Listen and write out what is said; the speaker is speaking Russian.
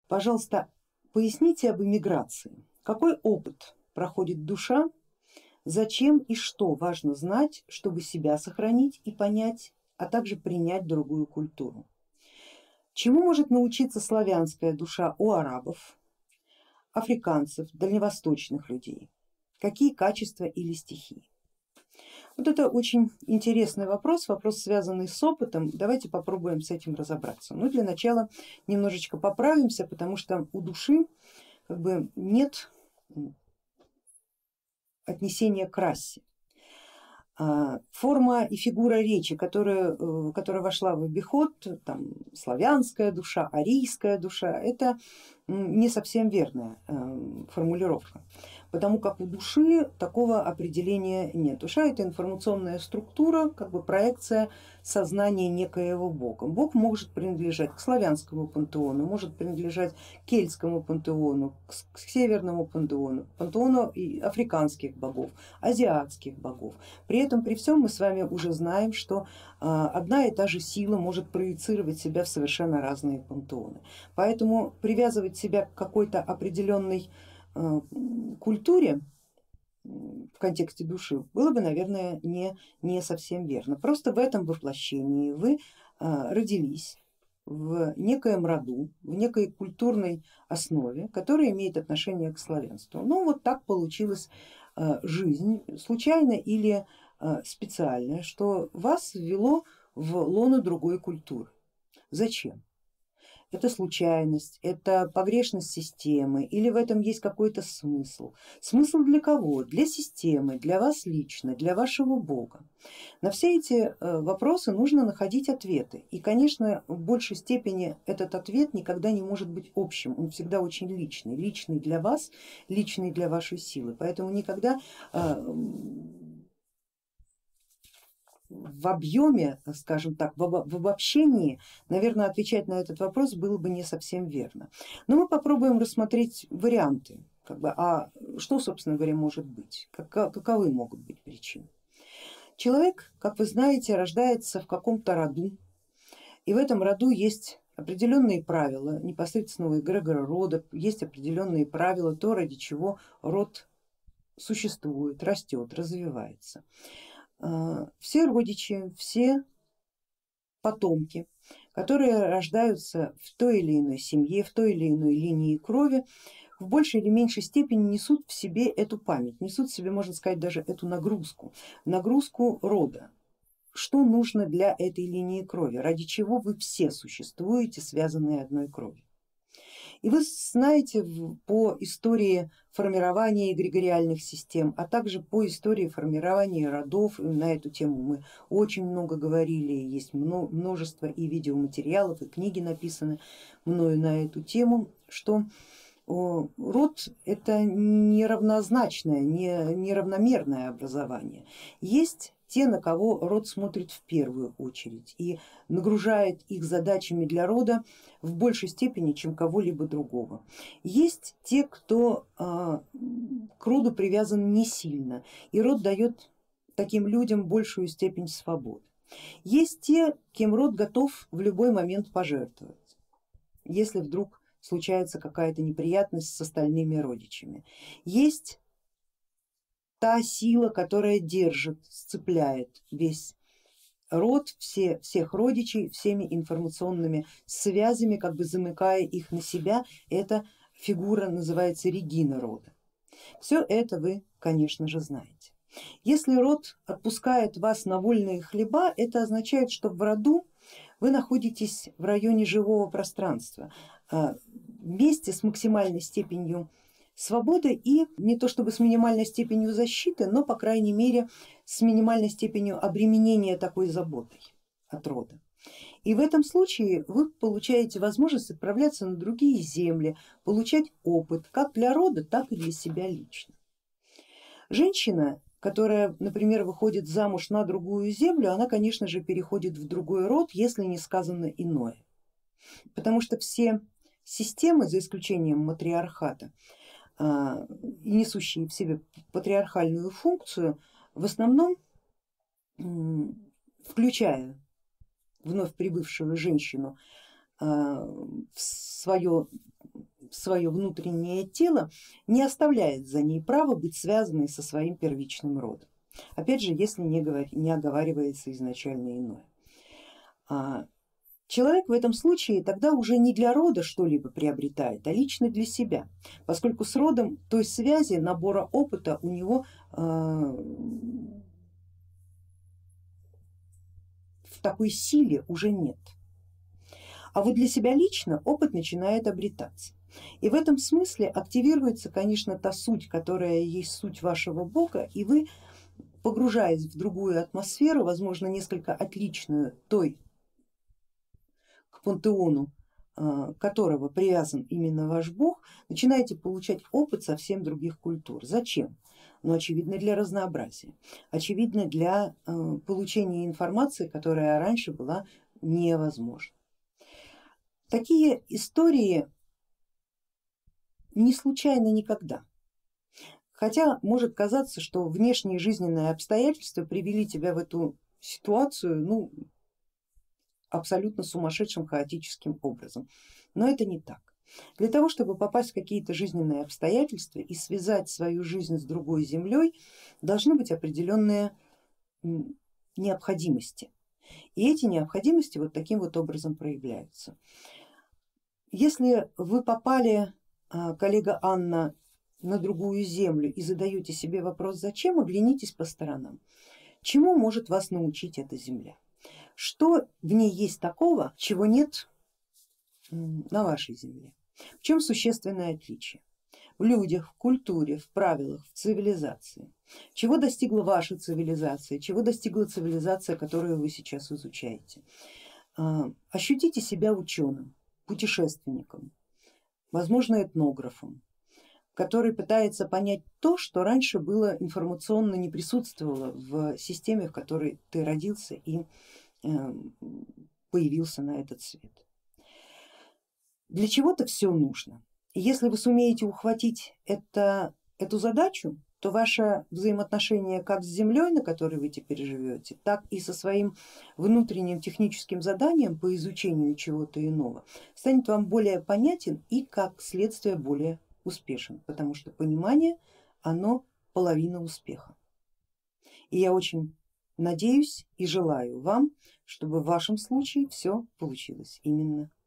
Пожалуйста, поясните об эмиграции. Какой опыт проходит душа, зачем и что важно знать, чтобы себя сохранить и понять, а также принять другую культуру? Чему может научиться славянская душа у арабов, африканцев, дальневосточных людей? Какие качества или стихии? Вот это очень интересный вопрос, вопрос, связанный с опытом. Давайте попробуем с этим разобраться. Ну, для начала немножечко поправимся, потому что у души как бы нет отнесения к расе. Форма и фигура речи, которая вошла в обиход, там, славянская душа, арийская душа, это не совсем верная формулировка, потому как у души такого определения нет. Душа это информационная структура, как бы проекция сознания некоего бога. Бог может принадлежать к славянскому пантеону, может принадлежать к кельтскому пантеону, к северному пантеону и африканских богов, азиатских богов. При этом при всем мы с вами уже знаем, что одна и та же сила может проецировать себя в совершенно разные пантеоны. Поэтому привязывать себя к какой-то определенной культуре в контексте души было бы, наверное, не совсем верно. Просто в этом воплощении вы родились в некоем роду, в некой культурной основе, которая имеет отношение к славянству. Ну вот так получилась жизнь, случайно или специально, что вас ввело в лоно другой культуры. Зачем? Это случайность, это погрешность системы или в этом есть какой-то смысл? Смысл для кого? Для системы, для вас лично, для вашего бога. На все эти вопросы нужно находить ответы, и конечно в большей степени этот ответ никогда не может быть общим, он всегда очень личный, личный для вас, личный для вашей силы, поэтому никогда в объеме, скажем так, в обобщении, наверное, отвечать на этот вопрос было бы не совсем верно. Но мы попробуем рассмотреть варианты, а что, собственно говоря, может быть, каковы могут быть причины. Человек, как вы знаете, рождается в каком-то роду, и в этом роду есть определенные правила непосредственного эгрегора рода, есть определенные правила, то, ради чего род существует, растет, развивается. Все родичи, все потомки, которые рождаются в той или иной семье, в той или иной линии крови, в большей или меньшей степени несут в себе эту память, несут в себе, можно сказать, даже эту нагрузку, нагрузку рода. Что нужно для этой линии крови, ради чего вы все существуете, связанные одной кровью. И вы знаете по истории формирования эгрегориальных систем, а также по истории формирования родов, на эту тему мы очень много говорили, есть множество и видеоматериалов, и книги написаны мною на эту тему, что род это неравнозначное, неравномерное образование. Есть те, на кого род смотрит в первую очередь и нагружает их задачами для рода в большей степени, чем кого-либо другого. Есть те, кто к роду привязан не сильно, и род дает таким людям большую степень свободы. Есть те, кем род готов в любой момент пожертвовать, если вдруг случается какая-то неприятность с остальными родичами. Есть та сила, которая держит, сцепляет весь род, всех родичей всеми информационными связями, как бы замыкая их на себя. Эта фигура называется регина рода. Все это вы, конечно же, знаете. Если род отпускает вас на вольные хлеба, это означает, что в роду вы находитесь в районе живого пространства, вместе с максимальной степенью свободы и не то чтобы с минимальной степенью защиты, но по крайней мере с минимальной степенью обременения такой заботой от рода. И в этом случае вы получаете возможность отправляться на другие земли, получать опыт как для рода, так и для себя лично. Женщина, которая, например, выходит замуж на другую землю, она, конечно же, переходит в другой род, если не сказано иное, потому что все системы, за исключением матриархата, и несущие в себе патриархальную функцию, в основном, включая вновь прибывшую женщину в свое свое внутреннее тело, не оставляет за ней права быть связанной со своим первичным родом. Опять же, если не оговаривается изначально иное. Человек в этом случае тогда уже не для рода что-либо приобретает, а лично для себя, поскольку с родом той связи, набора опыта у него в такой силе уже нет. А вот для себя лично опыт начинает обретаться. И в этом смысле активируется, конечно, та суть, которая есть суть вашего бога, и вы, погружаясь в другую атмосферу, возможно, несколько отличную той, к пантеону которого привязан именно ваш бог, начинаете получать опыт совсем других культур. Зачем? Ну, очевидно, для разнообразия, очевидно, для получения информации, которая раньше была невозможна. Такие истории не случайны никогда. Хотя может казаться, что внешние жизненные обстоятельства привели тебя в эту ситуацию, ну, абсолютно сумасшедшим хаотическим образом, но это не так. Для того, чтобы попасть в какие-то жизненные обстоятельства и связать свою жизнь с другой землей, должны быть определенные необходимости. И эти необходимости вот таким вот образом проявляются. Если вы попали, коллега Анна, на другую землю и задаете себе вопрос зачем, оглянитесь по сторонам. Чему может вас научить эта земля? Что в ней есть такого, чего нет на вашей земле? В чем существенное отличие? В людях, в культуре, в правилах, в цивилизации. Чего достигла ваша цивилизация, чего достигла цивилизация, которую вы сейчас изучаете? Ощутите себя ученым, путешественником, возможно этнографом, который пытается понять то, что раньше было информационно не присутствовало в системе, в которой ты родился и появился на этот свет. Для чего-то все нужно. И если вы сумеете ухватить эту задачу, то ваше взаимоотношение как с землей, на которой вы теперь живете, так и со своим внутренним техническим заданием по изучению чего-то иного станет вам более понятен и как следствие более успешен, потому что понимание оно половина успеха. И я очень надеюсь и желаю вам, чтобы в вашем случае все получилось именно